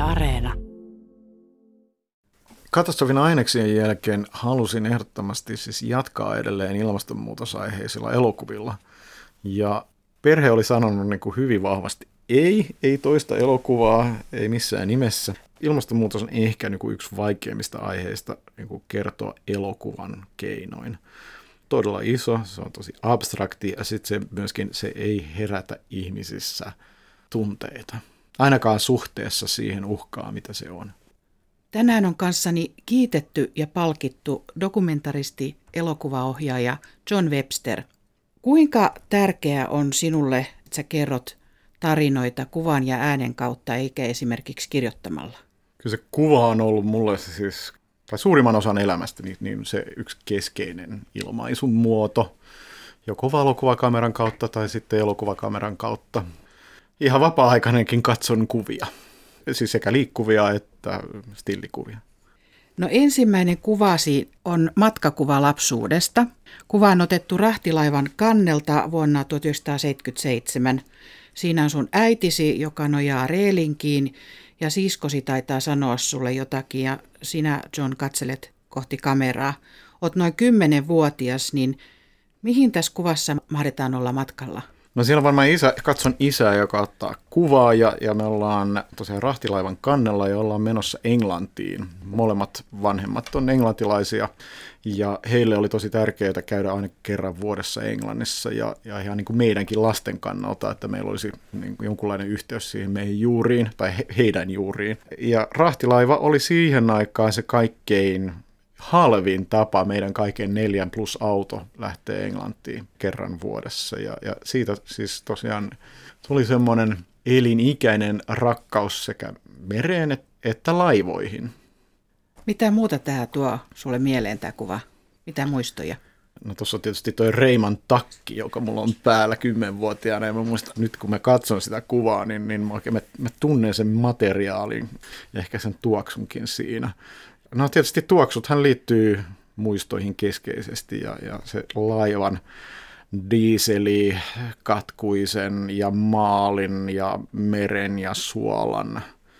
Areena. Katastrofin aineksien jälkeen halusin ehdottomasti siis jatkaa edelleen ilmastonmuutosaiheisilla elokuvilla. Ja perhe oli sanonut niin kuin hyvin vahvasti, ei toista elokuvaa, ei missään nimessä. Ilmastonmuutos on ehkä niin kuin yksi vaikeimmista aiheista niin kuin kertoa elokuvan keinoin. Todella iso, se on tosi abstrakti ja sitten se ei herätä ihmisissä tunteita. Ainakaan suhteessa siihen uhkaan, mitä se on. Tänään on kanssani kiitetty ja palkittu dokumentaristi, elokuvaohjaaja John Webster. Kuinka tärkeää on sinulle, että sä kerrot tarinoita kuvan ja äänen kautta, eikä esimerkiksi kirjoittamalla? Kyllä se kuva on ollut mulle siis, tai suurimman osan elämästä, niin se yksi keskeinen ilmaisun muoto, joko valokuvakameran kautta tai sitten elokuvakameran kautta. Ihan vapaa-aikainenkin katson kuvia, siis sekä liikkuvia että stillikuvia. No ensimmäinen kuvasi on matkakuva lapsuudesta. Kuva on otettu rahtilaivan kannelta vuonna 1977. Siinä on sun äitisi, joka nojaa reelinkiin, ja siskosi taitaa sanoa sulle jotakin, ja sinä, John, katselet kohti kameraa. Oot noin 10-vuotias, niin mihin tässä kuvassa mahdetaan olla matkalla? No siellä on varmaan katson isää, joka ottaa kuvaa ja me ollaan tosiaan rahtilaivan kannella ja ollaan menossa Englantiin. Molemmat vanhemmat on englantilaisia ja heille oli tosi tärkeää käydä aina kerran vuodessa Englannissa ja ihan niin kuin meidänkin lasten kannalta, että meillä olisi niin kuin jonkunlainen yhteys siihen meidän juuriin tai heidän juuriin. Ja rahtilaiva oli siihen aikaan se kaikkein halvin tapa meidän kaiken 4 plus auto lähtee Englantiin kerran vuodessa. Ja siitä siis tosiaan tuli semmoinen elinikäinen rakkaus sekä mereen että laivoihin. Mitä muuta tämä tuo sulle mieleen tämä kuva? Mitä muistoja? No tuossa on tietysti toi Reiman takki, joka mulla on päällä 10-vuotiaana. Ja mä muistan, nyt kun mä katson sitä kuvaa, niin mä tunnen sen materiaalin ja ehkä sen tuoksunkin siinä. No tietysti tuoksuthan liittyy muistoihin keskeisesti ja se laivan diiseli, katkuisen ja maalin ja meren ja suolan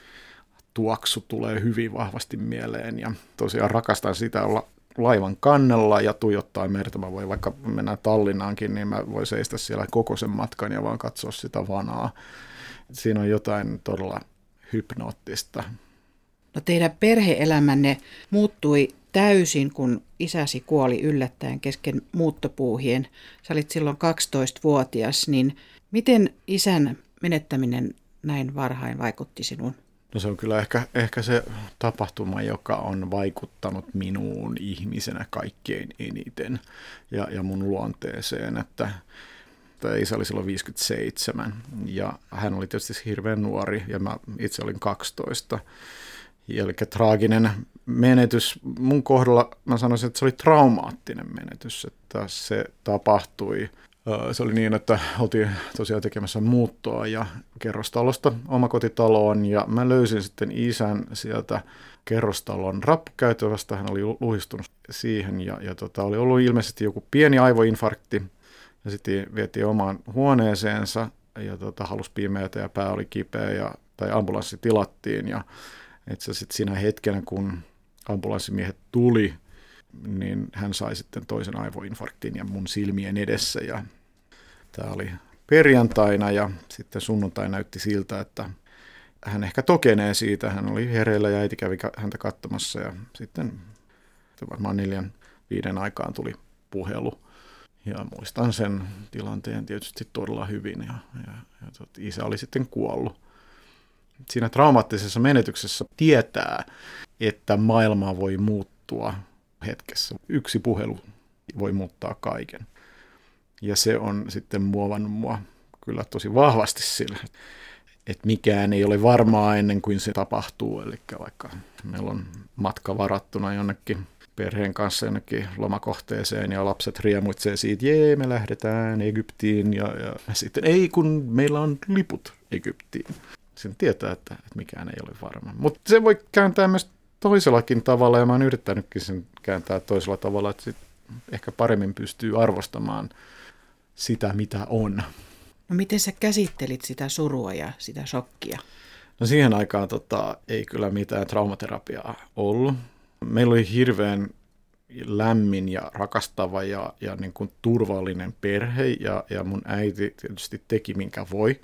tuoksu tulee hyvin vahvasti mieleen. Ja tosiaan rakastan sitä olla laivan kannella ja tuijottaa merta. Mä voin vaikka mennä Tallinnaankin, niin mä voin seistä siellä koko sen matkan ja vaan katsoa sitä vanaa. Siinä on jotain todella hypnoottista. No teidän perhe-elämänne muuttui täysin, kun isäsi kuoli yllättäen kesken muuttopuuhien. Sä olit silloin 12-vuotias, niin miten isän menettäminen näin varhain vaikutti sinuun? No se on kyllä ehkä se tapahtuma, joka on vaikuttanut minuun ihmisenä kaikkein eniten ja mun luonteeseen, että isä oli silloin 57 ja hän oli tietysti hirveän nuori ja mä itse olin 12. Eli traaginen menetys. Mun kohdalla mä sanoisin, että se oli traumaattinen menetys, että se tapahtui. Se oli niin, että oltiin tosiaan tekemässä muuttoa ja kerrostalosta omakotitaloon ja mä löysin sitten isän sieltä kerrostalon rappukäytävästä. Hän oli luhistunut siihen ja oli ollut ilmeisesti joku pieni aivoinfarkti ja sitten vietiin omaan huoneeseensa ja halusi pimeätä ja pää oli kipeä tai ambulanssi tilattiin ja itse asiassa siinä hetkenä, kun ambulanssimiehet tuli, niin hän sai sitten toisen aivoinfarktin ja mun silmien edessä. Ja tämä oli perjantaina ja sitten sunnuntai näytti siltä, että hän ehkä tokenee siitä. Hän oli hereillä ja äiti kävi häntä katsomassa ja sitten varmaan 4-5 aikaan tuli puhelu. Ja muistan sen tilanteen tietysti todella hyvin ja isä oli sitten kuollut. Siinä traumaattisessa menetyksessä tietää, että maailma voi muuttua hetkessä. Yksi puhelu voi muuttaa kaiken. Ja se on sitten muovannut mua kyllä tosi vahvasti sillä, että mikään ei ole varmaa ennen kuin se tapahtuu. Eli vaikka meillä on matka varattuna jonnekin perheen kanssa jonnekin lomakohteeseen ja lapset riemuitsee siitä, me lähdetään Egyptiin ja sitten ei kun meillä on liput Egyptiin. Sen tietää, että mikään ei ole varma. Mutta se voi kääntää myös toisellakin tavalla, ja mä oon yrittänytkin sen kääntää toisella tavalla, että sit ehkä paremmin pystyy arvostamaan sitä, mitä on. No miten sä käsittelit sitä surua ja sitä shokkia? No siihen aikaan ei kyllä mitään traumaterapiaa ollut. Meillä oli hirveän lämmin ja rakastava ja niin kuin turvallinen perhe ja mun äiti tietysti teki minkä voi.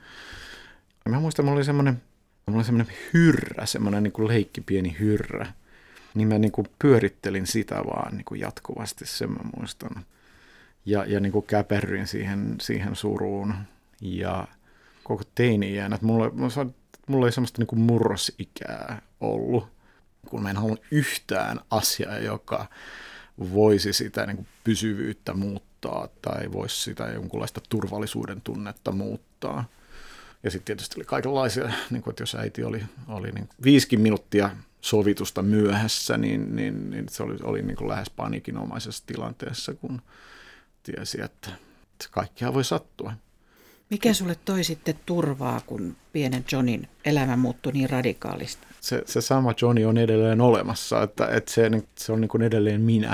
Mä muistan, mulla oli semmoinen hyrrä, semmoinen niin kuin leikki pieni hyrrä. Niin mä niin kuin pyörittelin sitä vaan niin kuin jatkuvasti, sen mä muistan. Ja niin kuin käperryin siihen suruun. Ja koko teini-iän, että mulla ei semmoista niin kuin murrosikää ollut, kun mä en halunnut yhtään asiaa, joka voisi sitä niin kuin pysyvyyttä muuttaa tai voisi sitä jonkunlaista turvallisuuden tunnetta muuttaa. Ja sitten tietysti oli kaikenlaisia, niin kuin, että jos äiti oli niin 5 minuuttia sovitusta myöhässä, niin se oli niin kuin lähes paniikinomaisessa tilanteessa, kun tiesi, että kaikkea voi sattua. Mikä sulle toi sitten turvaa, kun pienen Johnin elämä muuttui niin radikaalisti? Se sama Johnny on edelleen olemassa, että se on niin kuin edelleen minä.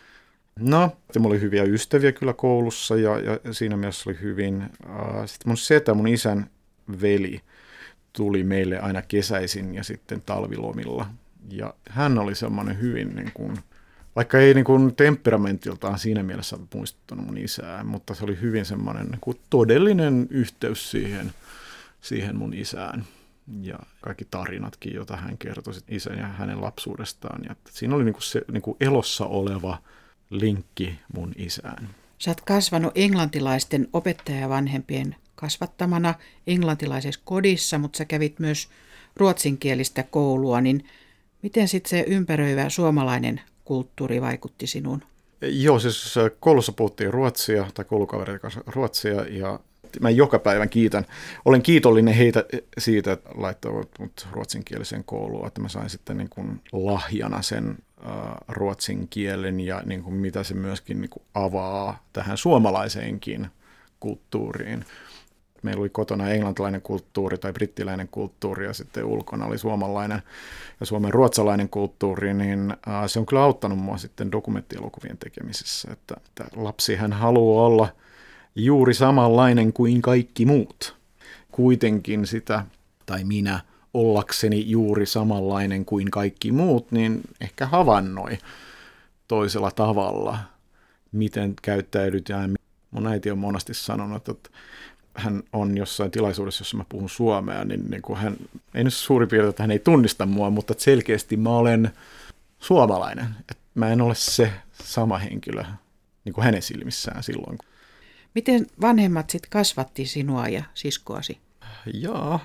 No, mulla oli hyviä ystäviä kyllä koulussa ja siinä mielessä oli hyvin. Sitten mun isän veli tuli meille aina kesäisin ja sitten talvilomilla. Ja hän oli semmoinen hyvin, niin kuin, vaikka ei niin kuin temperamentiltaan siinä mielessä muistuttanut mun isää, mutta se oli hyvin semmoinen niin kuin todellinen yhteys siihen mun isään. Ja kaikki tarinatkin, joita hän kertoi isän ja hänen lapsuudestaan. Ja siinä oli niin kuin se niin kuin elossa oleva linkki mun isään. Sä oot kasvanut englantilaisten opettajavanhempien kasvattamana englantilaisessa kodissa, mutta sä kävit myös ruotsinkielistä koulua, niin miten sitten se ympäröivä suomalainen kulttuuri vaikutti sinuun? Joo, siis koulussa puhuttiin ruotsia tai koulukavereiden kanssa ruotsia ja mä joka päivän olen kiitollinen heitä siitä, että laittoivat mut ruotsinkieliseen kouluun, että mä sain sitten niin kuin lahjana sen ruotsin kielen ja niin kuin mitä se myöskin niin kuin avaa tähän suomalaiseenkin kulttuuriin. Meillä oli kotona englantilainen kulttuuri tai brittiläinen kulttuuri ja sitten ulkona oli suomalainen ja suomen ruotsalainen kulttuuri, niin se on kyllä auttanut mua sitten dokumenttielokuvien tekemisessä, että lapsihan haluaa olla juuri samanlainen kuin kaikki muut. Kuitenkin sitä, tai minä, ollakseni juuri samanlainen kuin kaikki muut, niin ehkä havainnoi toisella tavalla, miten käyttäydytään. Mun äiti on monesti sanonut, että hän on jossain tilaisuudessa, jossa mä puhun suomea, niin kuin hän, ei nyt suurin piirtein, että hän ei tunnista mua, mutta selkeästi mä olen suomalainen. Että mä en ole se sama henkilö niin kuin hänen silmissään silloin. Miten vanhemmat sitten kasvatti sinua ja siskoasi? Jaa.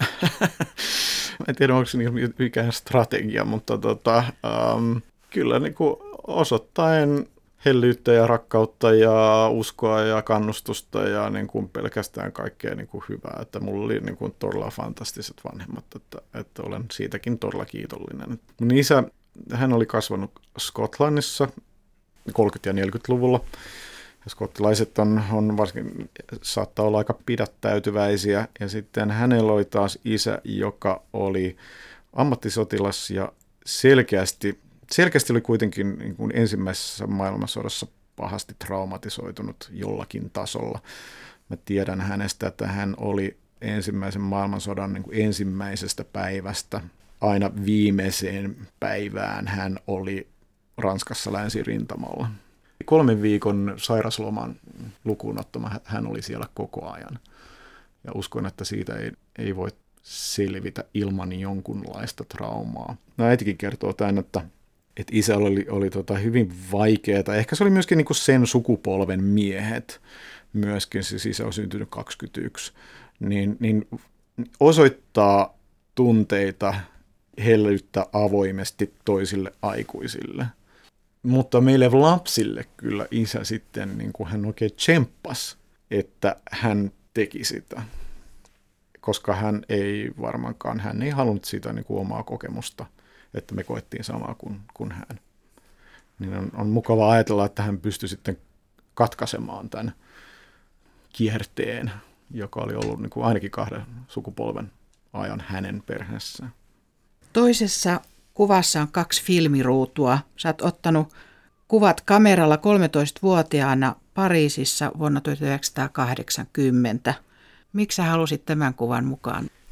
En tiedä, onko se mikään strategia, mutta kyllä niin kuin osoittaen hellyyttä ja rakkautta ja uskoa ja kannustusta ja niin kuin pelkästään kaikkea niin kuin hyvää. Että mulla oli niin kuin todella fantastiset vanhemmat, että olen siitäkin todella kiitollinen. Mun isä, hän oli kasvanut Skotlannissa 30- ja 40-luvulla. Ja skottilaiset on varsinkin, saattaa olla aika pidättäytyväisiä. Ja sitten hänellä oli taas isä, joka oli ammattisotilas ja selkeästi oli kuitenkin niin kuin ensimmäisessä maailmansodassa pahasti traumatisoitunut jollakin tasolla. Mä tiedän hänestä, että hän oli ensimmäisen maailmansodan niin kuin ensimmäisestä päivästä aina viimeiseen päivään hän oli Ranskassa länsirintamalla. 3 viikon sairasloman lukuun ottama hän oli siellä koko ajan. Ja uskon, että siitä ei voi selvitä ilman jonkunlaista traumaa. No äitikin kertoo tämän, että isällä oli hyvin vaikeaa. Ehkä se oli myöskin niin kuin sen sukupolven miehet, myöskin siis isä on syntynyt 21, niin osoittaa tunteita, hellyyttä avoimesti toisille aikuisille. Mutta meille lapsille kyllä isä sitten, niin kuin hän oikein tsemppasi, että hän teki sitä. Koska hän ei halunnut sitä niin kuin omaa kokemusta, että me koettiin samaa kuin hän. Niin on mukava ajatella, että hän pystyi sitten katkaisemaan tämän kierteen, joka oli ollut niin kuin ainakin 2 sukupolven ajan hänen perheessään. Toisessa kuvassa on 2 filmiruutua. Sä oot ottanut kuvat kameralla 13-vuotiaana Pariisissa vuonna 1980. Miksi sä halusit tämän kuvan mukaan?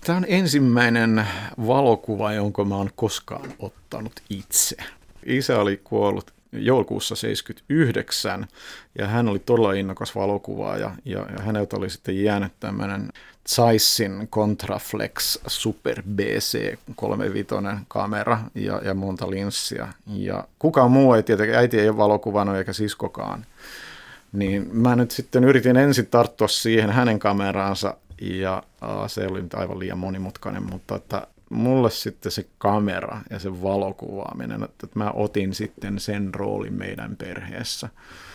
Tämä on ensimmäinen valokuva, jonka mä oon koskaan ottanut itse. Isä oli kuollut joulukuussa 1979 ja hän oli todella innokas valokuvaaja ja häneltä oli sitten jäänyt tämmöinen Zeissin Contraflex Super BC 35 kamera ja monta linssiä. Ja kukaan muu ei tietenkään, äiti ei ole valokuvannut eikä siskokaan. Niin mä nyt sitten yritin ensin tarttua siihen hänen kameraansa ja se oli nyt aivan liian monimutkainen, mutta että mulle sitten se kamera ja se valokuvaaminen, että mä otin sitten sen roolin meidän perheessä.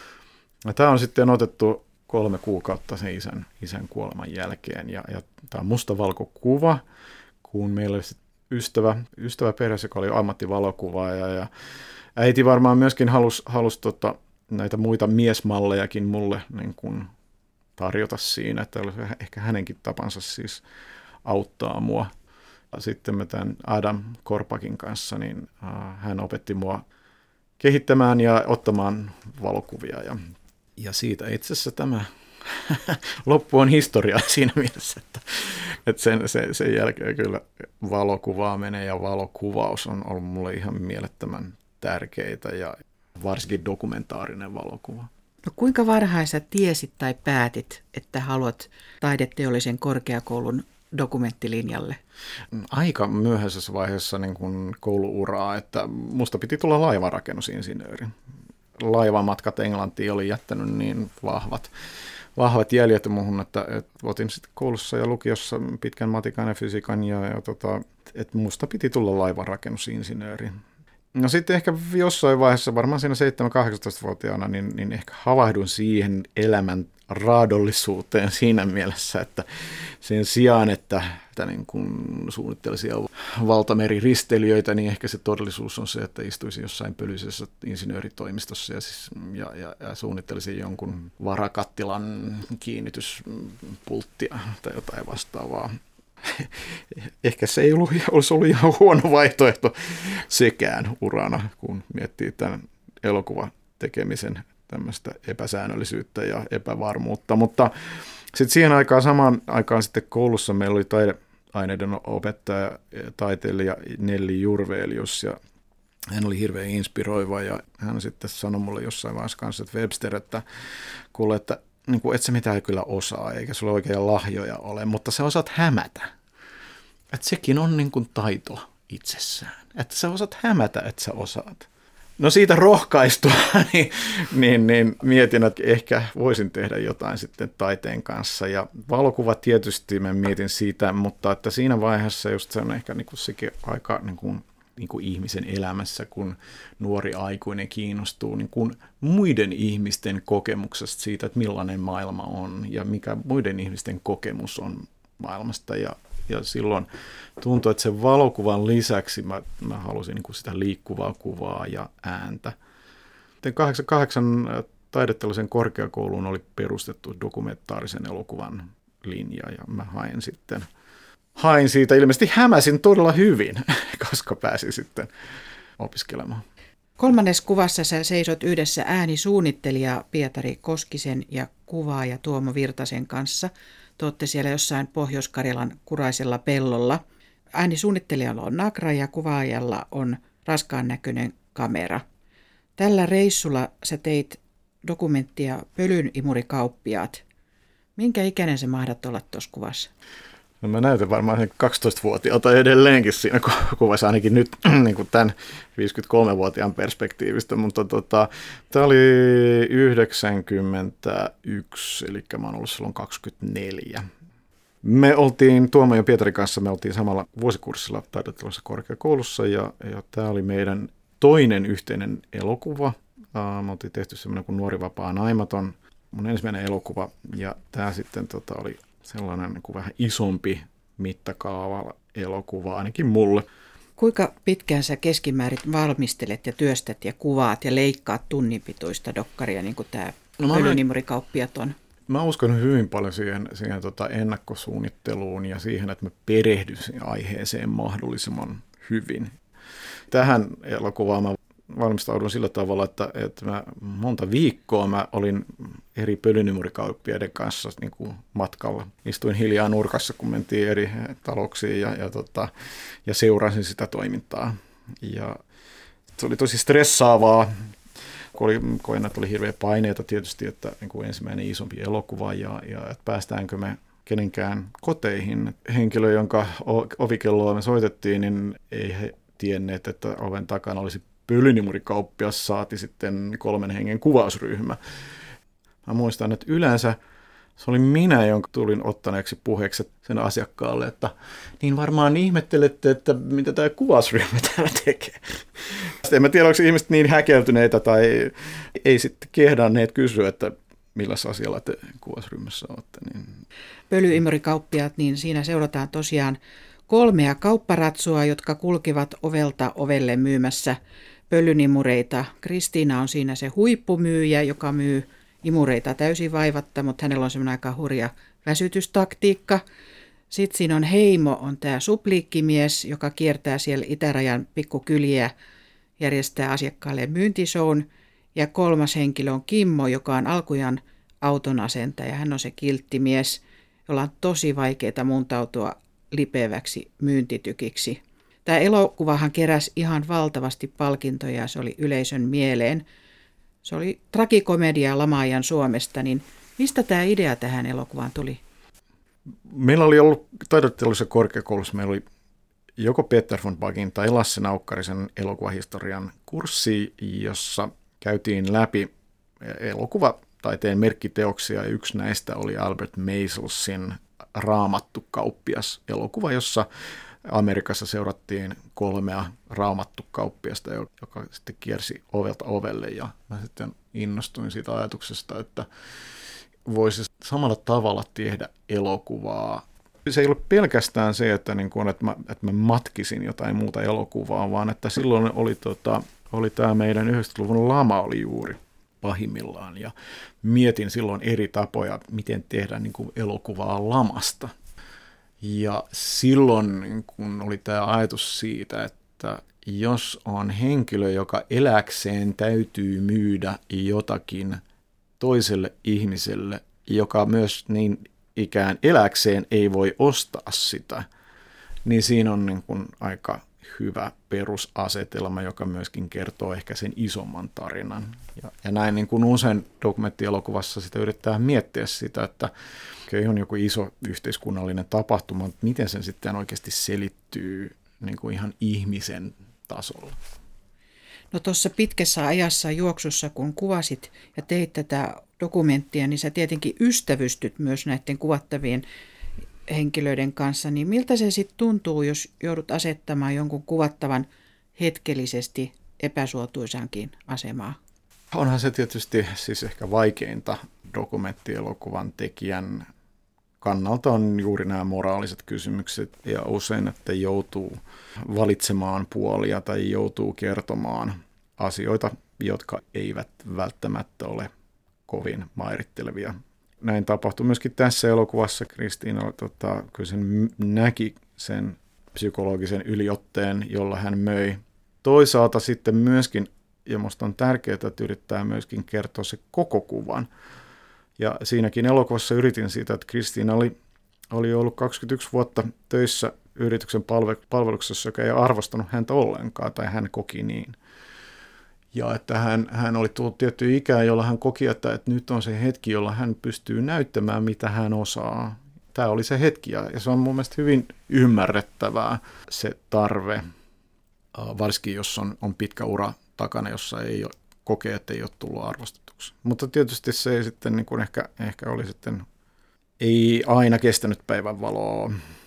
Ja tämä on sitten otettu 3 kuukautta sen isän kuoleman jälkeen ja tämä on mustavalkokuva, kun meillä oli ystävä perheessä, joka oli ammattivalokuvaaja ja äiti varmaan myöskin halusi näitä muita miesmallejakin mulle niin kuin tarjota siinä, että oli ehkä hänenkin tapansa siis auttaa mua. Sitten me tämän Adam Korpakin kanssa, niin hän opetti mua kehittämään ja ottamaan valokuvia. Ja siitä itse asiassa tämä loppu on historiaa siinä mielessä, että sen jälkeen kyllä valokuvaaminen ja valokuvaus on ollut mulle ihan mielettömän tärkeitä ja varsinkin dokumentaarinen valokuva. No kuinka varhain sä tiesit tai päätit, että haluat taideteollisen korkeakoulun dokumenttilinjalle? Aika myöhäisessä vaiheessa niin kuin kouluuraa, että musta piti tulla laivanrakennusinsinööri. Laivamatkat Englantiin oli jättänyt niin vahvat jäljet muuhun, että otin sitten koulussa ja lukiossa pitkän matikan ja fysiikan että musta piti tulla laivanrakennusinsinööri. No sitten ehkä jossain vaiheessa, varmaan siinä 7-18-vuotiaana, niin ehkä havahdun siihen elämän raadollisuuteen siinä mielessä, että sen sijaan, että niin kun suunnittelisi valtameriristeilyjöitä, niin ehkä se todellisuus on se, että istuisi jossain pölyisessä insinööritoimistossa ja suunnittelisi jonkun varakattilan kiinnityspulttia tai jotain vastaavaa. Ehkä se ei olisi ollut ihan huono vaihtoehto sekään urana, kun miettii tämän elokuvan tekemisen tämmöistä epäsäännöllisyyttä ja epävarmuutta. Mutta sitten siihen samaan aikaan sitten koulussa meillä oli taideaineiden opettaja, taiteilija Nelli Jurvelius, ja hän oli hirveän inspiroiva, ja hän sitten sanoi mulle jossain vaiheessa kanssa, että Webster, että kuule, että niin kuin, et sä mitään kyllä osaa, eikä sulla oikein lahjoja ole, mutta sä osaat hämätä. Että sekin on niin kuin taito itsessään. Että sä osaat hämätä, että sä osaat. No siitä rohkaistua, niin mietin, että ehkä voisin tehdä jotain sitten taiteen kanssa. Ja valokuva tietysti mä mietin siitä, mutta että siinä vaiheessa just se on ehkä niin kuin sekin aika niin kuin ihmisen elämässä, kun nuori aikuinen kiinnostuu niin kuin muiden ihmisten kokemuksesta siitä, että millainen maailma on ja mikä muiden ihmisten kokemus on maailmasta. Ja silloin tuntui, että sen valokuvan lisäksi mä halusin niin kuin sitä liikkuvaa kuvaa ja ääntä. 88 taideteollisen korkeakouluun oli perustettu dokumentaarisen elokuvan linja ja mä hain siitä, ilmeisesti hämäsin todella hyvin, koska pääsin sitten opiskelemaan. 3. kuvassa sä seisot yhdessä äänisuunnittelija Pietari Koskisen ja kuvaaja Tuomo Virtasen kanssa. Te olette siellä jossain Pohjois-Karjalan kuraisella pellolla. Äänisuunnittelijalla on nagra ja kuvaajalla on raskaan näköinen kamera. Tällä reissulla sä teit dokumenttia Pölynimurikauppiaat. Minkä ikäinen se mahdat olla tuossa kuvassa? No mä näytän varmaan 12-vuotiaalta edelleenkin siinä kuvassa, ainakin nyt niin kuin tämän 53-vuotiaan perspektiivistä, mutta tämä oli 91, eli mä oon ollut silloin 24. Me oltiin Tuomo ja Pietarin kanssa, me oltiin samalla vuosikurssilla taideteollisessa korkeakoulussa ja tämä oli meidän toinen yhteinen elokuva. Me oltiin tehty semmoinen kuin Nuori vapaa naimaton, mun ensimmäinen elokuva ja tämä sitten oli sellainen niin kuin vähän isompi mittakaava elokuva, ainakin mulle. Kuinka pitkään sä keskimäärin valmistelet ja työstät ja kuvaat ja leikkaat tunninpitoista dokkaria, niin kuin tämä Pölynimurikauppiaat on? Mä uskon hyvin paljon siihen ennakkosuunnitteluun ja siihen, että mä perehdyn aiheeseen mahdollisimman hyvin. Tähän elokuvaan mä valmistauduin sillä tavalla, että mä monta viikkoa mä olin eri pölynimurikauppiaiden kanssa niin kuin matkalla. Istuin hiljaa nurkassa, kun mentiin eri talouksiin ja seurasin sitä toimintaa. Ja se oli tosi stressaavaa, koin, että oli hirveä paineita tietysti, että niin kuin ensimmäinen isompi elokuva ja että päästäänkö me kenenkään koteihin. Henkilö, jonka ovikelloa me soitettiin, niin ei he tienneet, että oven takana olisi pölynimurikauppias, saati sitten 3 hengen kuvausryhmä. Mä muistan, että yleensä se oli minä, jonka tulin ottaneeksi puheeksi sen asiakkaalle, että niin varmaan ihmettelette, että mitä tämä kuvausryhmä täällä tekee. Sitten en mä tiedä, onko ihmiset niin häkeltyneitä tai ei sitten kehdanneet kysyä, että milläs asialla te kuvausryhmässä olette. Niin. Pölyimurikauppiaat, niin siinä seurataan tosiaan 3 kaupparatsua, jotka kulkivat ovelta ovelle myymässä pölynimureita. Kristiina on siinä se huippumyyjä, joka myy imureita täysin vaivatta, mutta hänellä on semmoinen aika hurja väsytystaktiikka. Sitten siinä on Heimo, on tämä supliikkimies, joka kiertää siellä itärajan pikkukyliä, järjestää asiakkaille myyntishown. Ja 3. henkilö on Kimmo, joka on alkujan auton asentaja. Hän on se kilttimies, jolla on tosi vaikeaa muuntautua lipeväksi myyntitykiksi. Tämä elokuvahan keräsi ihan valtavasti palkintoja ja se oli yleisön mieleen. Se oli tragikomedia lama-ajan Suomesta, niin mistä tämä idea tähän elokuvaan tuli? Meillä oli ollut taidotteellisessa korkeakoulussa, meillä oli joko Peter von Bagin tai Lasse Naukkarisen elokuvahistorian kurssi, jossa käytiin läpi elokuvataiteen merkkiteoksia. Yksi näistä oli Albert Maiselsin Raamattukauppias elokuva, jossa Amerikassa seurattiin 3 raamattukauppiasta, joka sitten kiersi ovelta ovelle. Ja mä sitten innostuin siitä ajatuksesta, että voisi samalla tavalla tehdä elokuvaa. Se ei ole pelkästään se, että mä matkisin jotain muuta elokuvaa, vaan että silloin oli tämä meidän 90-luvun lama oli juuri pahimmillaan. Ja mietin silloin eri tapoja, miten tehdä niin kuin elokuvaa lamasta. Ja silloin kun oli tämä ajatus siitä, että jos on henkilö, joka eläkseen täytyy myydä jotakin toiselle ihmiselle, joka myös niin ikään eläkseen ei voi ostaa sitä, niin siinä on niin kuin aika hyvä perusasetelma, joka myöskin kertoo ehkä sen isomman tarinan. Ja näin niin kuin usein dokumenttielokuvassa sitä yrittää miettiä sitä, että on joku iso yhteiskunnallinen tapahtuma, mutta miten sen sitten oikeasti selittyy niin kuin ihan ihmisen tasolla. No tuossa pitkässä ajassa juoksussa, kun kuvasit ja teit tätä dokumenttia, niin sä tietenkin ystävystyt myös näiden kuvattavien henkilöiden kanssa, niin miltä se sitten tuntuu, jos joudut asettamaan jonkun kuvattavan hetkellisesti epäsuotuisankin asemaan? Onhan se tietysti siis ehkä vaikeinta dokumenttielokuvan tekijän kannalta on juuri nämä moraaliset kysymykset ja usein, että joutuu valitsemaan puolia tai joutuu kertomaan asioita, jotka eivät välttämättä ole kovin mairittelevia. Näin tapahtui myöskin tässä elokuvassa. Kristiina kyllä sen näki sen psykologisen yliotteen, jolla hän möi. Toisaalta sitten myöskin, ja minusta on tärkeää, että yrittää myöskin kertoa se koko kuvan. Ja siinäkin elokuvassa yritin sitä, että Kristiina oli ollut 21 vuotta töissä yrityksen palveluksessa, joka ei arvostanut häntä ollenkaan, tai hän koki niin. Ja että hän oli tullut tiettyyn ikään, jolla hän koki, että nyt on se hetki, jolla hän pystyy näyttämään, mitä hän osaa. Tämä oli se hetki, ja se on mun mielestä hyvin ymmärrettävää se tarve, varsinkin jos on pitkä ura takana, jossa ei kokee, että ei ole tullut arvostetuksi. Mutta tietysti se ei sitten niin kuin ehkä oli sitten, ei aina kestänyt päivänvaloa.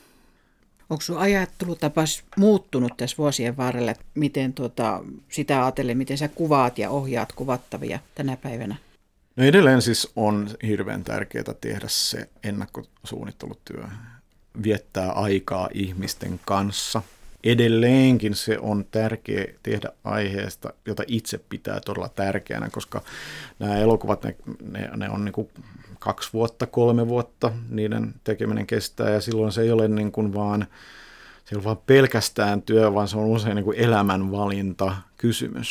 Onko sun ajattelutapas muuttunut tässä vuosien varrella, miten sitä ajatellen, miten sä kuvaat ja ohjaat kuvattavia tänä päivänä? No edelleen siis on hirveän tärkeää tehdä se ennakkosuunnittelutyö, viettää aikaa ihmisten kanssa. Edelleenkin se on tärkeä tehdä aiheesta, jota itse pitää todella tärkeänä, koska nämä elokuvat, ne on niin kuin 2 vuotta, 3 vuotta, niiden tekeminen kestää ja silloin se ei ole niin kuin vaan pelkästään työ, vaan se on usein niin kuin elämänvalinta kysymys.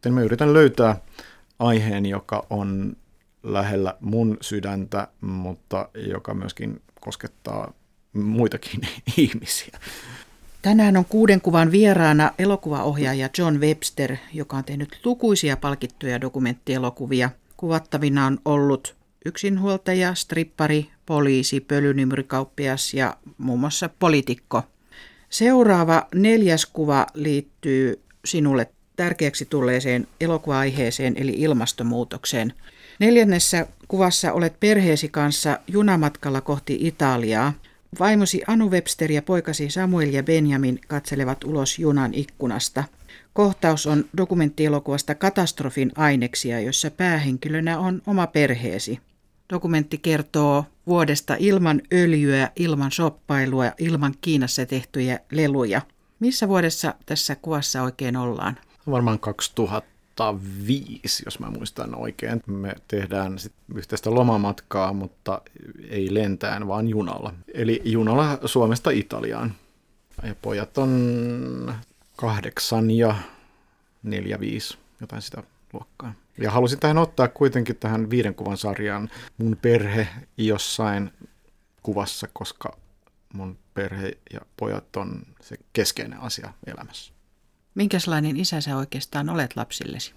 Mä yritän löytää aiheen, joka on lähellä mun sydäntä, mutta joka myöskin koskettaa muitakin ihmisiä. Tänään on 6 kuvan vieraana elokuvaohjaaja John Webster, joka on tehnyt lukuisia palkittuja dokumenttielokuvia. Kuvattavina on ollut yksinhuoltaja, strippari, poliisi, pölynimyrikauppias ja muun muassa poliitikko. Seuraava 4. kuva liittyy sinulle tärkeäksi tulleeseen elokuva-aiheeseen eli ilmastonmuutokseen. 4. kuvassa olet perheesi kanssa junamatkalla kohti Italiaa. Vaimosi Anu Webster ja poikasi Samuel ja Benjamin katselevat ulos junan ikkunasta. Kohtaus on dokumenttielokuvasta Katastrofin aineksia, jossa päähenkilönä on oma perheesi. Dokumentti kertoo vuodesta ilman öljyä, ilman shoppailua, ilman Kiinassa tehtyjä leluja. Missä vuodessa tässä kuvassa oikein ollaan? Varmaan 2005, jos mä muistan oikein. Me tehdään yhteistä lomamatkaa, mutta ei lentäen, vaan junalla. Eli junalla Suomesta Italiaan. Ja pojat on 8 ja 4, 5, jotain sitä luokkaa. Ja halusin tähän ottaa kuitenkin tähän 5 kuvan sarjaan mun perhe jossain kuvassa, koska mun perhe ja pojat on se keskeinen asia elämässä. Minkälainen isä sä oikeastaan olet lapsillesi?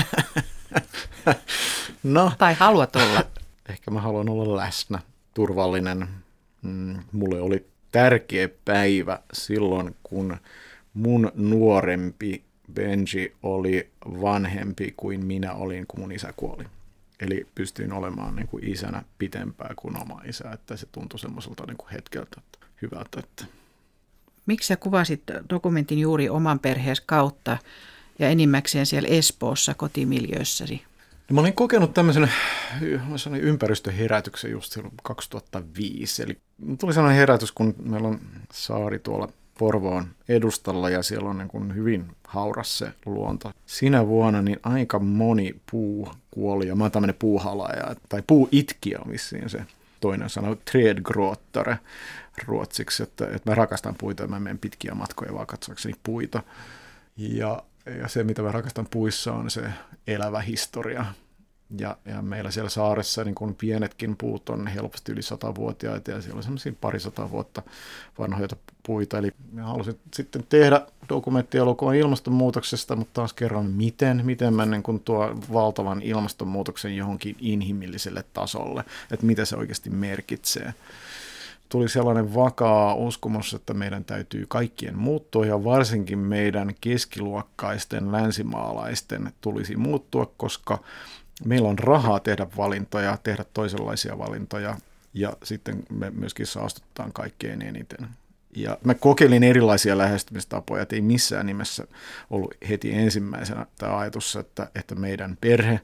No, tai haluat olla? Ehkä mä haluan olla läsnä, turvallinen. Mulle oli tärkeä päivä silloin, kun mun nuorempi Benji oli vanhempi kuin minä olin, kun mun isä kuoli. Eli pystyin olemaan niin kuin isänä pitempään kuin oma isä, että se tuntui semmoiselta niin kuin hetkeltä hyvältä. Että. Miksi sä kuvasit dokumentin juuri oman perheesi kautta ja enimmäkseen siellä Espoossa kotimiljöissäsi? No, mä olin kokenut tämmöisen ympäristöherätyksen just silloin 2005. Eli tuli sellainen herätys, kun meillä on saari tuolla Porvoon edustalla ja siellä on niin kuin hyvin hauras se luonto. Sinä vuonna niin aika moni puu kuoli ja mä oon tämmöinen puuhalaaja, tai puuitkijä on vissiin se toinen sana, trädgråtare ruotsiksi, että mä rakastan puita ja mä menen pitkiä matkoja vaan katsoakseni puita. Ja se, mitä mä rakastan puissa, on se elävä historia. Ja meillä siellä saaressa niin kun pienetkin puut on helposti yli 100-vuotiaita ja siellä on semmoisia 200 vuotta vanhoja puita. Eli halusin sitten tehdä dokumenttielokuvan ilmastonmuutoksesta, mutta taas kerran miten mä niin kun tuo valtavan ilmastonmuutoksen johonkin inhimilliselle tasolle, että mitä se oikeasti merkitsee. Tuli sellainen vakaa uskomus, että meidän täytyy kaikkien muuttua ja varsinkin meidän keskiluokkaisten länsimaalaisten tulisi muuttua, koska meillä on rahaa tehdä valintoja, tehdä toisenlaisia valintoja ja sitten me myöskin saastutetaan kaikkein eniten. Ja mä kokeilin erilaisia lähestymistapoja, että ei missään nimessä ollut heti ensimmäisenä tämä ajatus, että meidän perhe,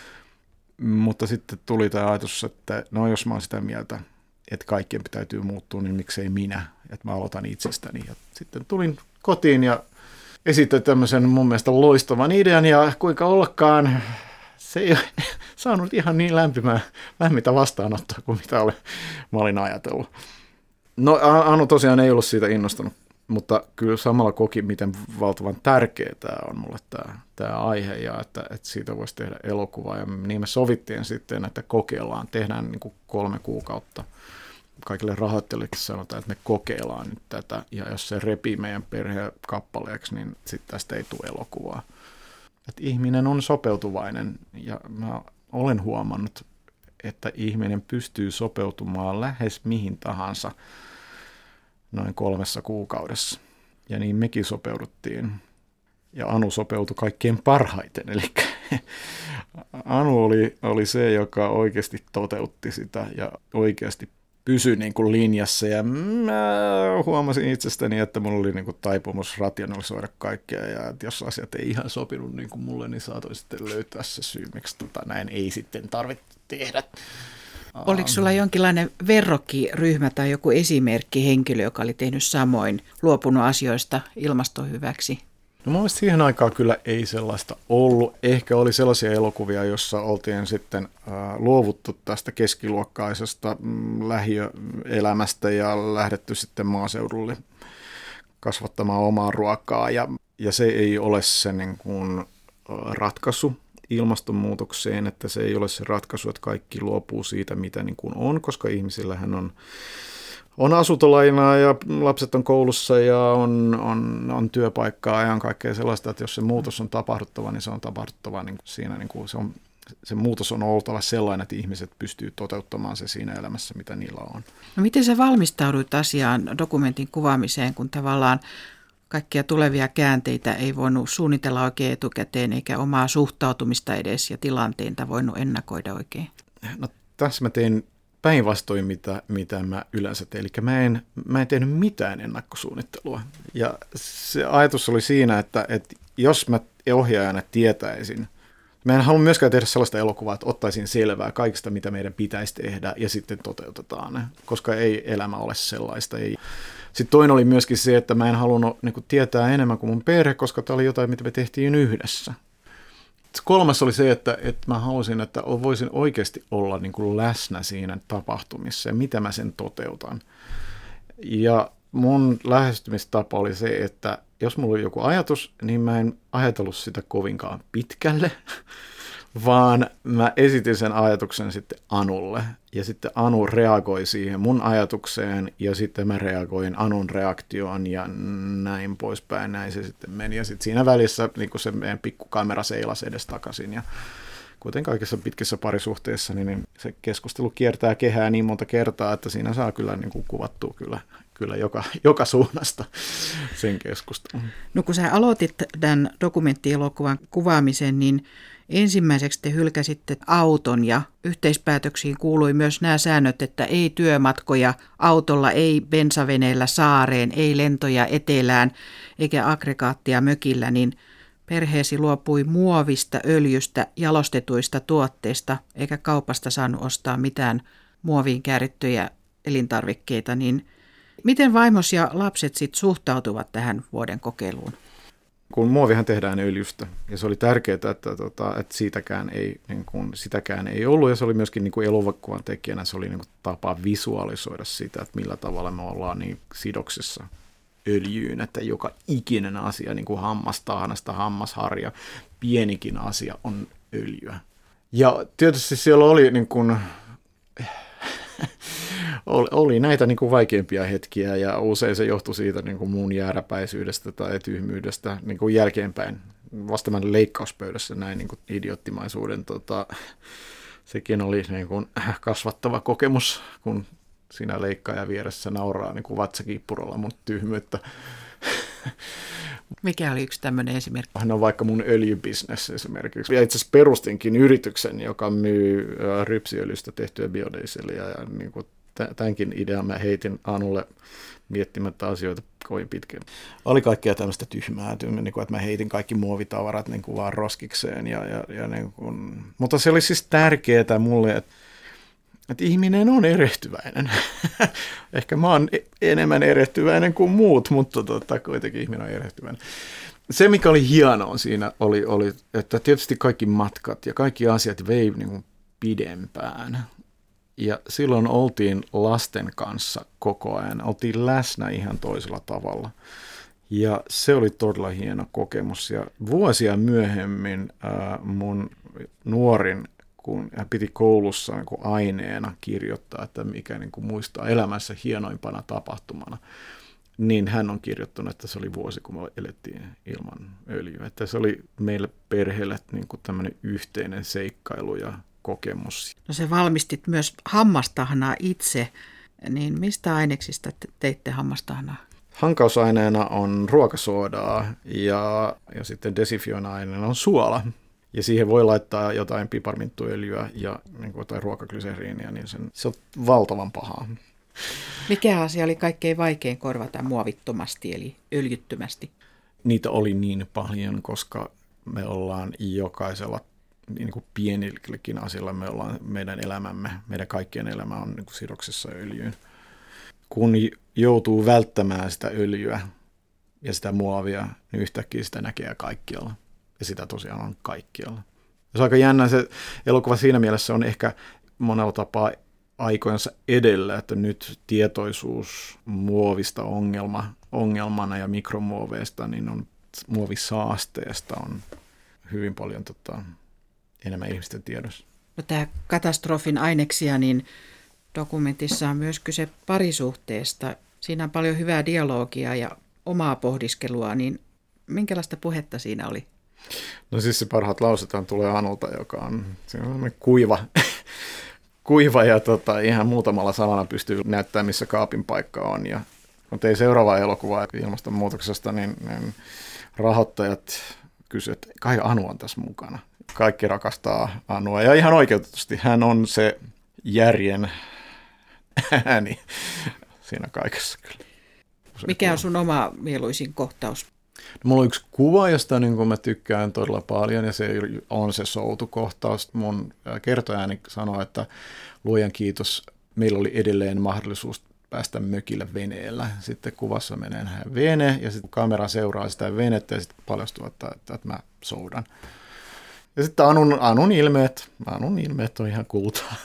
mutta sitten tuli tämä ajatus, että no jos mä oon sitä mieltä, että kaikkien täytyy muuttua, niin miksei minä, että mä aloitan itsestäni. Ja sitten tulin kotiin ja esitän tämmöisen mun mielestä loistavan idean ja kuinka ollakaan se ei ole saanut ihan niin lämmintä vastaanottoa kuin mitä mä olin ajatellut. No Anu tosiaan ei ollut siitä innostunut, mutta kyllä samalla koki, miten valtavan tärkeä tämä on mulle tämä aihe ja että siitä voisi tehdä elokuvaa. Ja niin me sovittiin sitten, että kokeillaan, tehdään niin kuin 3 kuukautta. Kaikille rahoittelijoille sanotaan, että me kokeillaan nyt tätä ja jos se repii meidän perheen kappaleeksi, niin sitten tästä ei tule elokuvaa. Että ihminen on sopeutuvainen ja mä olen huomannut, että ihminen pystyy sopeutumaan lähes mihin tahansa noin 3 kuukaudessa. Ja niin mekin sopeuduttiin. Ja Anu sopeutui kaikkein parhaiten. Eli Anu oli se, joka oikeasti toteutti sitä ja oikeasti pysyi niin kuin linjassa. Ja mä huomasin itsestäni, että mulla oli niin kuin taipumus rationalisoida kaikkea. Ja että jos asiat ei ihan sopinut niin kuin mulle, niin saatoin sitten löytää se syy, miksi näin ei sitten tarvitse tehdä. Oliko sulla jonkinlainen verrokkiryhmä tai joku esimerkki henkilö, joka oli tehnyt samoin, luopunut asioista ilmaston hyväksi? No mun mielestä siihen aikaan kyllä ei sellaista ollut. Ehkä oli sellaisia elokuvia, joissa oltiin sitten luovuttu tästä keskiluokkaisesta lähiöelämästä ja lähdetty sitten maaseudulle kasvattamaan omaa ruokaa. Ja se ei ole se niin kuin ratkaisu ilmastonmuutokseen, että se ei ole se ratkaisu, että kaikki luopuu siitä, mitä niin kuin on, koska ihmisillähän on asuntolainaa ja lapset on koulussa ja on työpaikkaa ja on kaikkea sellaista, että jos se muutos on tapahduttava, niin se on tapahduttava niin kuin siinä niin kuin se muutos on oltava sellainen, että ihmiset pystyy toteuttamaan se siinä elämässä, mitä niillä on. No miten sä valmistauduit asiaan dokumentin kuvaamiseen, kun tavallaan kaikkia tulevia käänteitä ei voinut suunnitella oikein etukäteen, eikä omaa suhtautumista edes ja tilanteita voinut ennakoida oikein? No tässä mä tein päinvastoin, mitä mä yleensä tein. Eli mä en tehnyt mitään ennakkosuunnittelua. Ja se ajatus oli siinä, että jos mä ohjaajana tietäisin, mä en halua myöskään tehdä sellaista elokuvaa, että ottaisin selvää kaikista, mitä meidän pitäisi tehdä, ja sitten toteutetaan ne, koska ei elämä ole sellaista. Sitten toinen oli myöskin se, että mä en halunnut tietää enemmän kuin mun perhe, koska tämä oli jotain, mitä me tehtiin yhdessä. Kolmas oli se, että mä halusin, että voisin oikeasti olla läsnä siinä tapahtumissa ja mitä mä sen toteutan. Ja mun lähestymistapa oli se, että jos mulla oli joku ajatus, niin mä en ajatellut sitä kovinkaan pitkälle, vaan mä esitin sen ajatuksen sitten Anulle. Ja sitten Anu reagoi siihen mun ajatukseen ja sitten mä reagoin Anun reaktioon ja näin poispäin. Näin se sitten meni. Ja sitten siinä välissä niin se meidän pikkukamera seilasi edestakaisin. Ja kuten kaikissa pitkissä parisuhteissa, niin se keskustelu kiertää kehää niin monta kertaa, että siinä saa kyllä kuvattua kyllä joka suunnasta sen keskustelun. No kun sä aloitit tämän dokumenttielokuvan kuvaamisen, niin ensimmäiseksi te hylkäsitte auton ja yhteispäätöksiin kuului myös nämä säännöt, että ei työmatkoja autolla, ei bensaveneellä saareen, ei lentoja etelään eikä aggregaattia mökillä, niin perheesi luopui muovista, öljystä, jalostetuista tuotteista eikä kaupasta saanut ostaa mitään muoviin käärittyjä elintarvikkeita, niin miten vaimos ja lapset sitten suhtautuvat tähän vuoden kokeiluun? Kun muovihan tehdään öljystä, ja se oli tärkeää, että sitäkään ei ollut, ja se oli myöskin elokuvan tekijänä, se oli tapa visualisoida sitä, että millä tavalla me ollaan niin sidoksissa öljyyn, että joka ikinen asia, niin kuin hammastahnasta, hammasharja, pienikin asia on öljyä. Ja tietysti siellä oli oli näitä vaikeampia hetkiä ja usein se johtui siitä mun jääräpäisyydestä tai tyhmyydestä jälkeenpäin. Vasta mä leikkauspöydässä näin idioottimaisuuden. Sekin oli kasvattava kokemus, kun siinä leikkaaja vieressä nauraa vatsakiippurolla mun tyhmyyttä. Mikä oli yksi tämmöinen esimerkki? No vaikka mun öljybisnes esimerkiksi. Ja itse asiassa perustinkin yrityksen, joka myy rypsiöljystä tehtyä biodieselia. Ja tämänkin idean mä heitin Anulle miettimättä asioita kovin pitkään. Oli kaikkea tämmöistä tyhmää, että mä heitin kaikki muovitavarat vaan roskikseen. Mutta se oli siis tärkeää mulle, että ihminen on erehtyväinen. Ehkä mä oon enemmän erehtyväinen kuin muut, mutta kuitenkin ihminen on erehtyväinen. Se, mikä oli hienoa siinä, oli, että tietysti kaikki matkat ja kaikki asiat vei pidempään. Ja silloin oltiin lasten kanssa koko ajan, oltiin läsnä ihan toisella tavalla. Ja se oli todella hieno kokemus. Ja vuosia myöhemmin mun nuorin, kun hän piti koulussa aineena kirjoittaa, että mikä muistaa elämässä hienoimpana tapahtumana, niin hän on kirjoittanut, että se oli vuosi, kun me elettiin ilman öljyä. Että se oli meille perheelle tämmöinen yhteinen seikkailu ja kokemus. No se valmistit myös hammastahnaa itse, niin mistä aineksista teitte hammastahnaa? Hankausaineena on ruokasoodaa ja sitten desifioina-aineena on suola. Ja siihen voi laittaa jotain piparminttuöljyä ja jotain ruokaglyseriiniä, niin se on valtavan pahaa. Mikä asia oli kaikkein vaikein korvata muovittomasti, eli öljyttömästi? Niitä oli niin paljon, koska me ollaan jokaisella pienilläkin asialla, meidän elämämme, meidän kaikkien elämä on sidoksissa öljyyn. Kun joutuu välttämään sitä öljyä ja sitä muovia, niin yhtäkkiä sitä näkee kaikkialla. Ja sitä tosiaan on kaikkialla. Se on aika jännä, se elokuva siinä mielessä on ehkä monella tapaa aikojensa edellä, että nyt tietoisuus muovista ongelmana ja mikromuoveista, niin on muovisaasteesta on hyvin paljon enemmän ihmisten tiedossa. No, tämä katastrofin aineksia, niin dokumentissa on myös kyse parisuhteesta. Siinä on paljon hyvää dialogia ja omaa pohdiskelua, niin minkälaista puhetta siinä oli? No siis se parhaat lausetaan tulee Anulta, joka on kuiva ja ihan muutamalla sanalla pystyy näyttämään, missä kaapin paikka on. Ja kun tein seuraavaa elokuvaa ilmastonmuutoksesta, niin rahoittajat kysyivät, että kai Anu on tässä mukana. Kaikki rakastaa Anua ja ihan oikeutetusti hän on se järjen ääni siinä kaikessa kyllä. Mikä on sun oma mieluisin kohtaus? No, mulla on yksi kuva, josta niin mä tykkään todella paljon, ja se on se soutukohtaus. Mun kertoääni sanoo, että luojan kiitos, meillä oli edelleen mahdollisuus päästä mökille veneellä. Sitten kuvassa menee vene, ja sitten kamera seuraa sitä venettä, ja sitten paljastuu, että mä soudan. Ja sitten Anun ilmeet on ihan kultaa.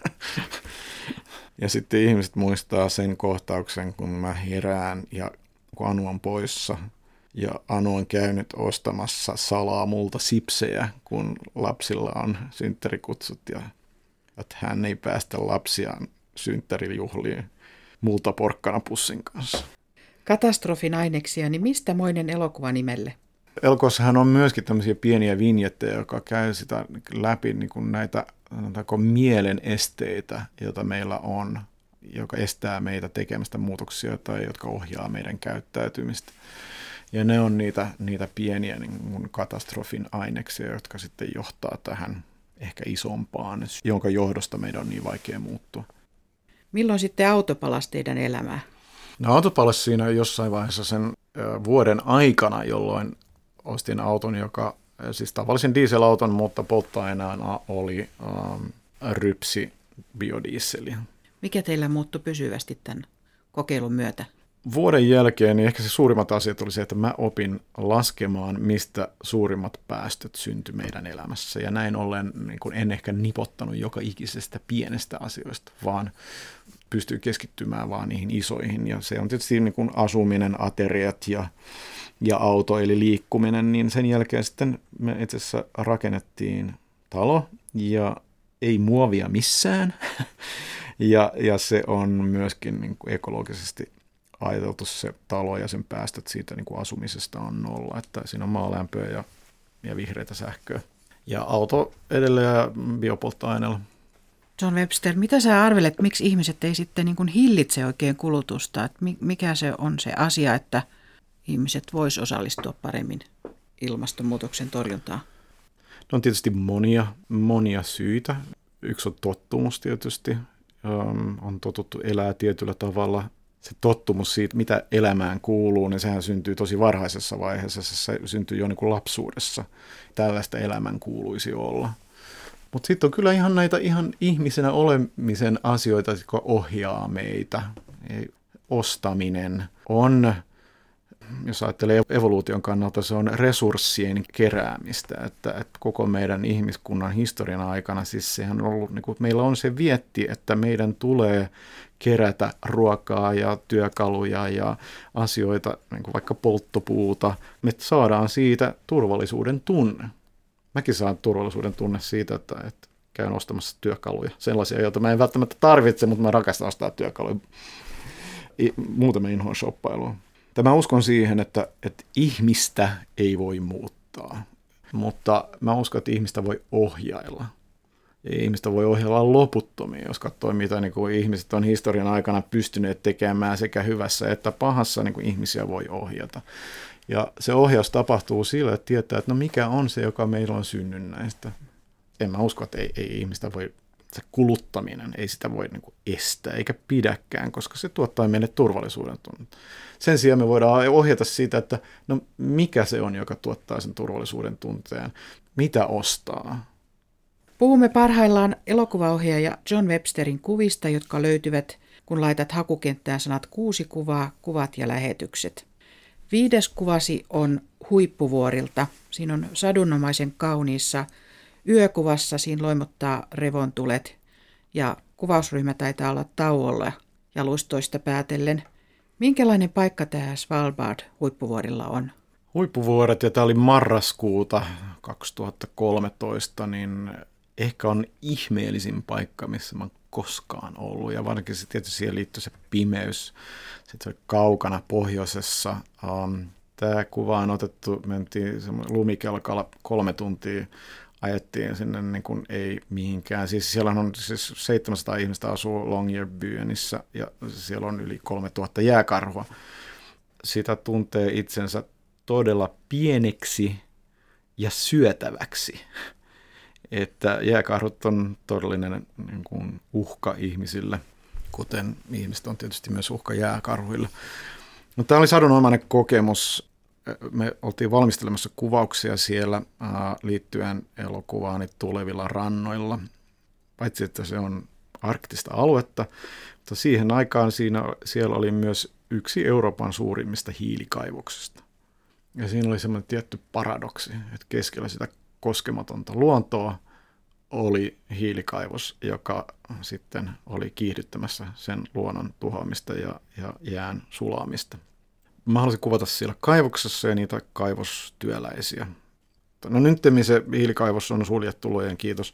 Ja sitten ihmiset muistaa sen kohtauksen, kun mä herään, ja kun Anu on poissa. Ja Anu on käynyt ostamassa salaa multa sipsejä, kun lapsilla on synttärikutsut, ja että hän ei päästä lapsiaan synttärijuhliin multa porkkanapussin kanssa. Katastrofin aineksia, niin mistä moinen elokuva nimelle? Elokuvassahan on myöskin tämmöisiä pieniä vinjettejä, joka käy sitä läpi niin kuin näitä mielen esteitä, joita meillä on, joka estää meitä tekemästä muutoksia tai jotka ohjaa meidän käyttäytymistä. Ja ne on niitä pieniä niin mun katastrofin aineksia, jotka sitten johtaa tähän ehkä isompaan, jonka johdosta meidän on niin vaikea muuttua. Milloin sitten auto palasi teidän elämää? No, auto palasi siinä jossain vaiheessa sen vuoden aikana, jolloin ostin auton, joka siis tavallisen dieselauton, mutta polttoaineena oli rypsi biodieseliä. Mikä teillä muuttui pysyvästi tämän kokeilun myötä? Vuoden jälkeen niin ehkä se suurimmat asiat oli se, että mä opin laskemaan, mistä suurimmat päästöt syntyi meidän elämässä. Ja näin ollen niin kun en ehkä nipottanut joka ikisestä pienestä asioista, vaan pystyy keskittymään vaan niihin isoihin. Ja se on tietysti niin kuin asuminen, ateriat ja auto eli liikkuminen. Niin sen jälkeen sitten me itse asiassa rakennettiin talo ja ei muovia missään. ja se on myöskin niin kuin ekologisesti ajateltu se talo ja sen päästöt siitä niin kuin asumisesta on nolla, että siinä on maalämpöä ja vihreätä sähköä. Ja auto edelleen biopolttoaineella. John Webster, mitä sä arvelet, miksi ihmiset ei sitten niin kuin hillitse oikein kulutusta? Että mikä se on se asia, että ihmiset vois osallistua paremmin ilmastonmuutoksen torjuntaan? No on tietysti monia syitä. Yksi on tottumus tietysti. On totuttu elää tietyllä tavalla. Se tottumus siitä, mitä elämään kuuluu, niin sehän syntyy tosi varhaisessa vaiheessa. Se syntyy jo niin kuin lapsuudessa. Tällaista elämän kuuluisi olla. Mutta sitten on kyllä ihan näitä ihan ihmisenä olemisen asioita, jotka ohjaa meitä. Ostaminen on, jos ajattelee evoluution kannalta, se on resurssien keräämistä. Että koko meidän ihmiskunnan historian aikana, siis sehän on ollut, niin kuin, meillä on se vietti, että meidän tulee kerätä ruokaa ja työkaluja ja asioita, niin kuin vaikka polttopuuta. Me saadaan siitä turvallisuuden tunne. Mäkin saan turvallisuuden tunne siitä, että käyn ostamassa työkaluja. Sellaisia, joita mä en välttämättä tarvitse, mutta mä rakastan ostaa työkaluja. Muuten mä inhoan shoppailua. Mä uskon siihen, että ihmistä ei voi muuttaa, mutta mä uskon, että ihmistä voi ohjailla. Ja ihmistä voi ohjailla loputtomiin, jos katsoo, mitä niin kuin ihmiset on historian aikana pystyneet tekemään sekä hyvässä että pahassa, niin kuin ihmisiä voi ohjata. Ja se ohjaus tapahtuu sillä, että tietää, että no mikä on se, joka meillä on synnynnäistä. En mä usko, että ei ihmistä voi, se kuluttaminen, ei sitä voi niin kuin estää eikä pidäkään, koska se tuottaa meille turvallisuuden tunnetta. Sen sijaan me voidaan ohjata siitä, että no mikä se on, joka tuottaa sen turvallisuuden tunteen, mitä ostaa. Puhumme parhaillaan elokuvaohjaaja John Websterin kuvista, jotka löytyvät, kun laitat hakukenttään sanat 6 kuvaa, kuvat ja lähetykset. 5. kuvasi on Huippuvuorilta. Siinä on sadunomaisen kauniissa yökuvassa, siinä loimottaa revontulet ja kuvausryhmä taitaa olla tauolla jalustoista päätellen. Minkälainen paikka tämä Svalbard Huippuvuorilla on? Huippuvuoret, ja tämä oli marraskuuta 2013, niin ehkä on ihmeellisin paikka, missä mä oon koskaan ollut. Ja varsinkin se tietysti siihen liittyy se pimeys. Sitten se oli kaukana pohjoisessa. Tämä kuva on otettu, mentiin lumikelkalla 3 tuntia, ajettiin sinne niin kuin ei mihinkään. Siis siellä on siis 700 ihmistä asuu Longyearbyenissä ja siellä on yli 3000 jääkarhua. Sitä tuntee itsensä todella pieneksi ja syötäväksi. Että jääkarhut on todellinen niin kuin uhka ihmisille, kuten ihmiset on tietysti myös uhka jääkarhuille. No, tämä oli sadunomainen kokemus. Me oltiin valmistelemassa kuvauksia siellä liittyen elokuvaani Tulevilla rannoilla. Paitsi, että se on arktista aluetta, mutta siihen aikaan siellä oli myös yksi Euroopan suurimmista hiilikaivoksista. Ja siinä oli semmoinen tietty paradoksi, että keskellä sitä koskematonta luontoa oli hiilikaivos, joka sitten oli kiihdyttämässä sen luonnon tuhoamista ja jään sulaamista. Mä halusin kuvata siellä kaivoksessa ja niitä kaivostyöläisiä. No nyt se hiilikaivos on suljettu, luojen kiitos,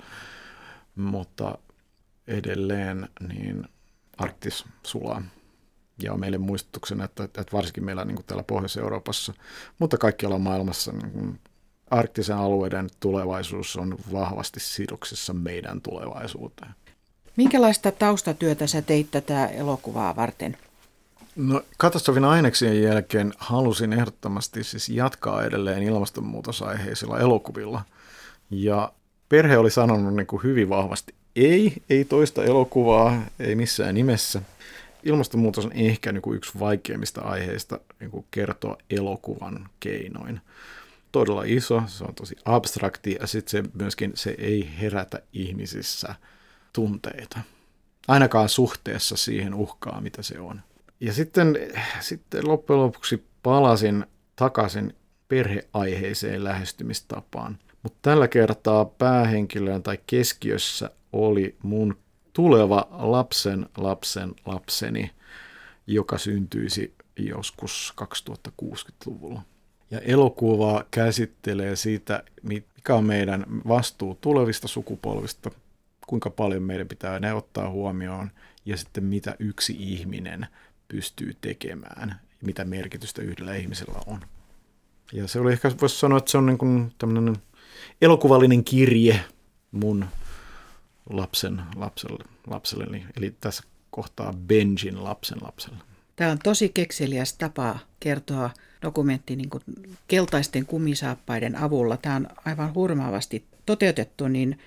mutta edelleen niin Arktis sulaa. Ja on meille muistutuksena, että varsinkin meillä niin kuin täällä Pohjois-Euroopassa, mutta kaikkialla maailmassa niin kuin arktisen alueiden tulevaisuus on vahvasti sidoksissa meidän tulevaisuuteen. Minkälaista taustatyötä sä teit tätä elokuvaa varten? No, katastrofin aineksien jälkeen halusin ehdottomasti siis jatkaa edelleen ilmastonmuutosaiheisilla elokuvilla. Ja perhe oli sanonut niin kuin hyvin vahvasti, ei toista elokuvaa, ei missään nimessä. Ilmastonmuutos on ehkä niin kuin yksi vaikeimmista aiheista niin kuin kertoa elokuvan keinoin. Todella iso, se on tosi abstrakti ja sitten se ei herätä ihmisissä tunteita. Ainakaan suhteessa siihen uhkaan, mitä se on. Ja sitten loppujen lopuksi palasin takaisin perheaiheiseen lähestymistapaan. Mutta tällä kertaa päähenkilön tai keskiössä oli mun tuleva lapseni, joka syntyisi joskus 2060-luvulla. Ja elokuva käsittelee siitä, mikä on meidän vastuu tulevista sukupolvista, kuinka paljon meidän pitää ne ottaa huomioon ja sitten mitä yksi ihminen pystyy tekemään, mitä merkitystä yhdellä ihmisellä on. Ja se oli ehkä, voisi sanoa, että se on niin kuin tämmöinen elokuvallinen kirje mun lapselleni, eli tässä kohtaa Benjin lapselle. Tämä on tosi kekseliäs tapa kertoa dokumentti niin kuin keltaisten kumisaappaiden avulla. Tämä on aivan hurmaavasti toteutettu,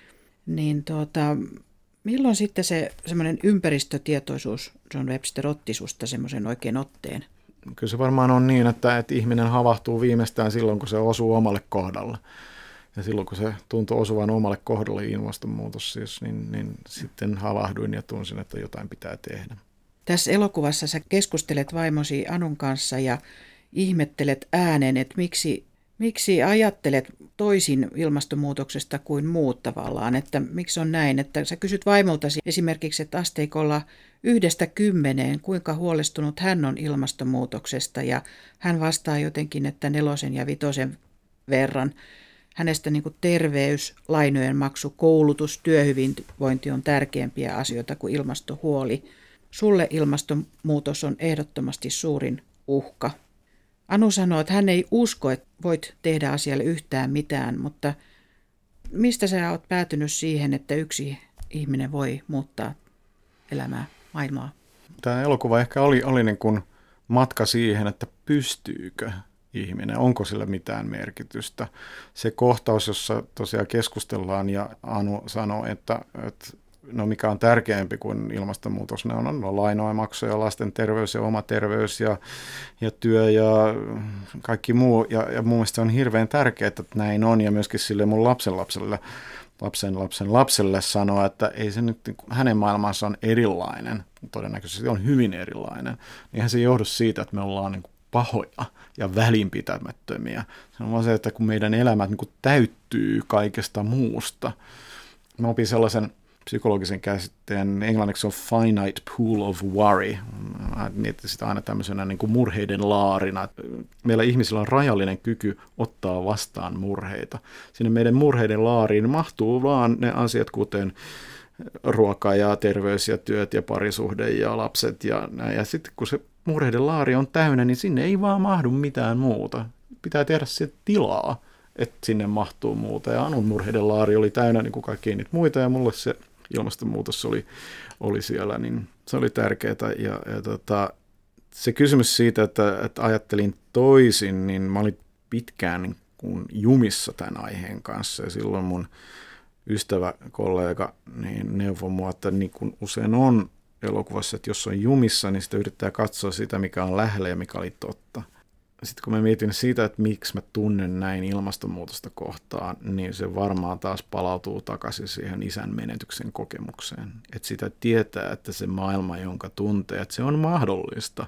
milloin sitten se semmoinen ympäristötietoisuus, John Webster otti susta semmoisen oikein otteen? Kyllä se varmaan on niin, että ihminen havahtuu viimeistään silloin, kun se osuu omalle kohdalle. Ja silloin, kun se tuntui osuvan omalle kohdalle ilmastonmuutos, siis, niin sitten havahduin ja tunsin, että jotain pitää tehdä. Tässä elokuvassa sä keskustelet vaimosi Anun kanssa ja ihmettelet ääneen, että miksi ajattelet toisin ilmastonmuutoksesta kuin muut tavallaan, että miksi on näin, että sä kysyt vaimoltasi esimerkiksi, että asteikolla 1–10, kuinka huolestunut hän on ilmastonmuutoksesta ja hän vastaa jotenkin, että 4 ja 5 verran. Hänestä niin kuin terveys, lainojen maksu, koulutus, työhyvinvointi on tärkeämpiä asioita kuin ilmastohuoli. Sulle ilmastonmuutos on ehdottomasti suurin uhka. Anu sanoo, että hän ei usko, että voit tehdä asialle yhtään mitään, mutta mistä sä oot päätynyt siihen, että yksi ihminen voi muuttaa elämää, maailmaa? Tämä elokuva ehkä oli niin kuin matka siihen, että pystyykö ihminen, onko sillä mitään merkitystä. Se kohtaus, jossa tosiaan keskustellaan ja Anu sanoo, että no mikä on tärkeämpi kuin ilmastonmuutos, ne on lainoja, maksuja, lasten terveys ja oma terveys ja työ ja kaikki muu. Ja mun mielestä on hirveän tärkeää, että näin on ja myöskin sille mun lapselle sanoa, että ei se nyt, hänen maailmansa on erilainen, todennäköisesti on hyvin erilainen. Eihän se johdu siitä, että me ollaan niin kuin pahoja ja välinpitämättömiä. Se on vaan se, että kun meidän elämät niin kuin täyttyy kaikesta muusta. Mä opin sellaisen psykologisen käsitteen, englanniksi on finite pool of worry. Mietin sitä aina tämmöisenä niin kuin murheiden laarina. Meillä ihmisillä on rajallinen kyky ottaa vastaan murheita. Sinne meidän murheiden laariin mahtuu vaan ne asiat, kuten ruoka ja terveys ja työt ja parisuhde ja lapset ja näin. Ja sitten kun se murheiden laari on täynnä, niin sinne ei vaan mahdu mitään muuta. Pitää tehdä se tilaa, että sinne mahtuu muuta. Ja Anun murheiden laari oli täynnä niin kuin kaikkia niitä muita, ja mulle se ilmastonmuutos oli siellä, niin se oli tärkeää. Se kysymys siitä, että ajattelin toisin, niin mä olin pitkään niin kuin jumissa tämän aiheen kanssa, ja silloin mun ystävä, kollega, niin neuvoi mua, että niin kuin usein on elokuvassa, että jos on jumissa, niin sitä yrittää katsoa sitä, mikä on lähellä ja mikä oli totta. Sitten kun mä mietin siitä, että miksi mä tunnen näin ilmastonmuutosta kohtaan, niin se varmaan taas palautuu takaisin siihen isän menetyksen kokemukseen. Että sitä tietää, että se maailma, jonka tuntee, että se on mahdollista.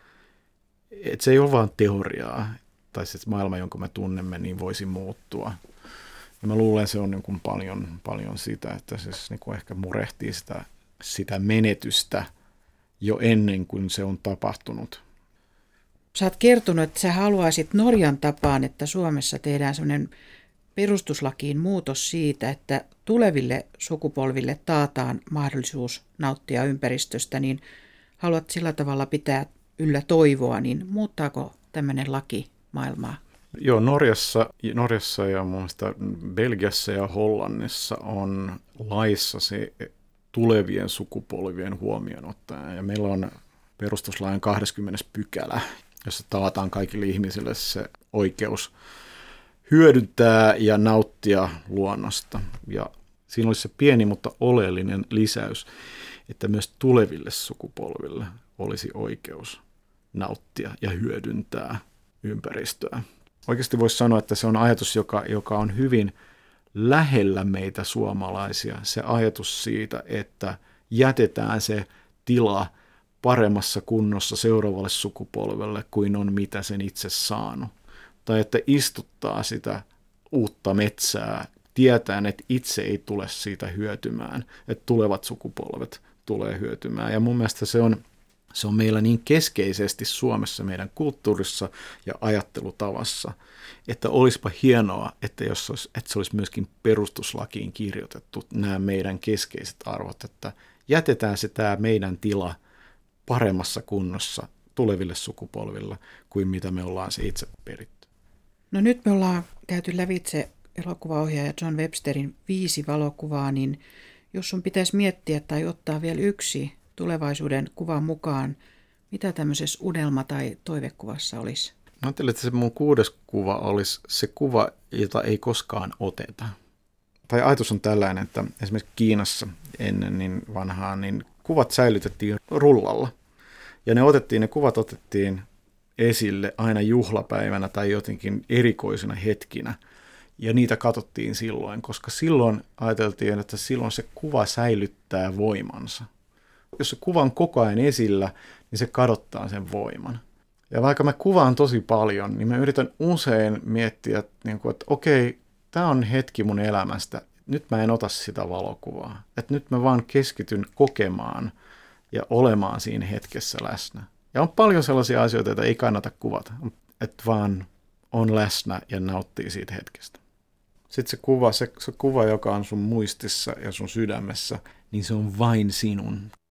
Että se ei ole vaan teoriaa, tai se maailma, jonka me tunnemme, niin voisi muuttua. Ja mä luulen, että se on niin kuin paljon sitä, että se niin kuin ehkä murehtii sitä menetystä jo ennen kuin se on tapahtunut. Sä oot kertonut, että sä haluaisit Norjan tapaan, että Suomessa tehdään sellainen perustuslakiin muutos siitä, että tuleville sukupolville taataan mahdollisuus nauttia ympäristöstä, niin haluat sillä tavalla pitää yllä toivoa, niin muuttaako tämmöinen laki maailmaa? Joo, Norjassa ja muun muassa Belgiassa ja Hollannissa on laissa se tulevien sukupolvien huomioon ottaja. Ja meillä on perustuslain 20. pykälä, jossa taataan kaikille ihmisille se oikeus hyödyntää ja nauttia luonnosta. Ja siinä olisi se pieni, mutta oleellinen lisäys, että myös tuleville sukupolville olisi oikeus nauttia ja hyödyntää ympäristöä. Oikeasti voisi sanoa, että se on ajatus, joka on hyvin lähellä meitä suomalaisia. Se ajatus siitä, että jätetään se tila paremmassa kunnossa seuraavalle sukupolvelle kuin on mitä sen itse saanut. Tai että istuttaa sitä uutta metsää, tietäen, että itse ei tule siitä hyötymään, että tulevat sukupolvet tulee hyötymään. Ja mun mielestä se on meillä niin keskeisesti Suomessa meidän kulttuurissa ja ajattelutavassa, että olisipa hienoa, että se olisi myöskin perustuslakiin kirjoitettu nämä meidän keskeiset arvot, että jätetään se tämä meidän tila paremmassa kunnossa tuleville sukupolville kuin mitä me ollaan se itse peritty. No nyt me ollaan käyty lävitse elokuvaohjaaja John Websterin 5 valokuvaa, niin jos sun pitäisi miettiä tai ottaa vielä yksi tulevaisuuden kuvan mukaan, mitä tämmöisessä unelma- tai toivekuvassa olisi? Mä ajattelin, että se mun 6. kuva olisi se kuva, jota ei koskaan oteta. Tai ajatus on tällainen, että esimerkiksi Kiinassa ennen niin vanhaan, niin kuvat säilytettiin rullalla. Ja ne kuvat otettiin esille aina juhlapäivänä tai jotenkin erikoisena hetkinä. Ja niitä katsottiin silloin, koska silloin ajateltiin, että silloin se kuva säilyttää voimansa. Jos se kuva on koko ajan esillä, niin se kadottaa sen voiman. Ja vaikka mä kuvaan tosi paljon, niin mä yritän usein miettiä, että okei, tämä on hetki mun elämästä. Nyt mä en ota sitä valokuvaa. Että nyt mä vaan keskityn kokemaan ja olemaan siinä hetkessä läsnä. Ja on paljon sellaisia asioita, joita ei kannata kuvata, että vaan on läsnä ja nauttii siitä hetkestä. Sitten se kuva, joka on sun muistissa ja sun sydämessä, niin se on vain sinun.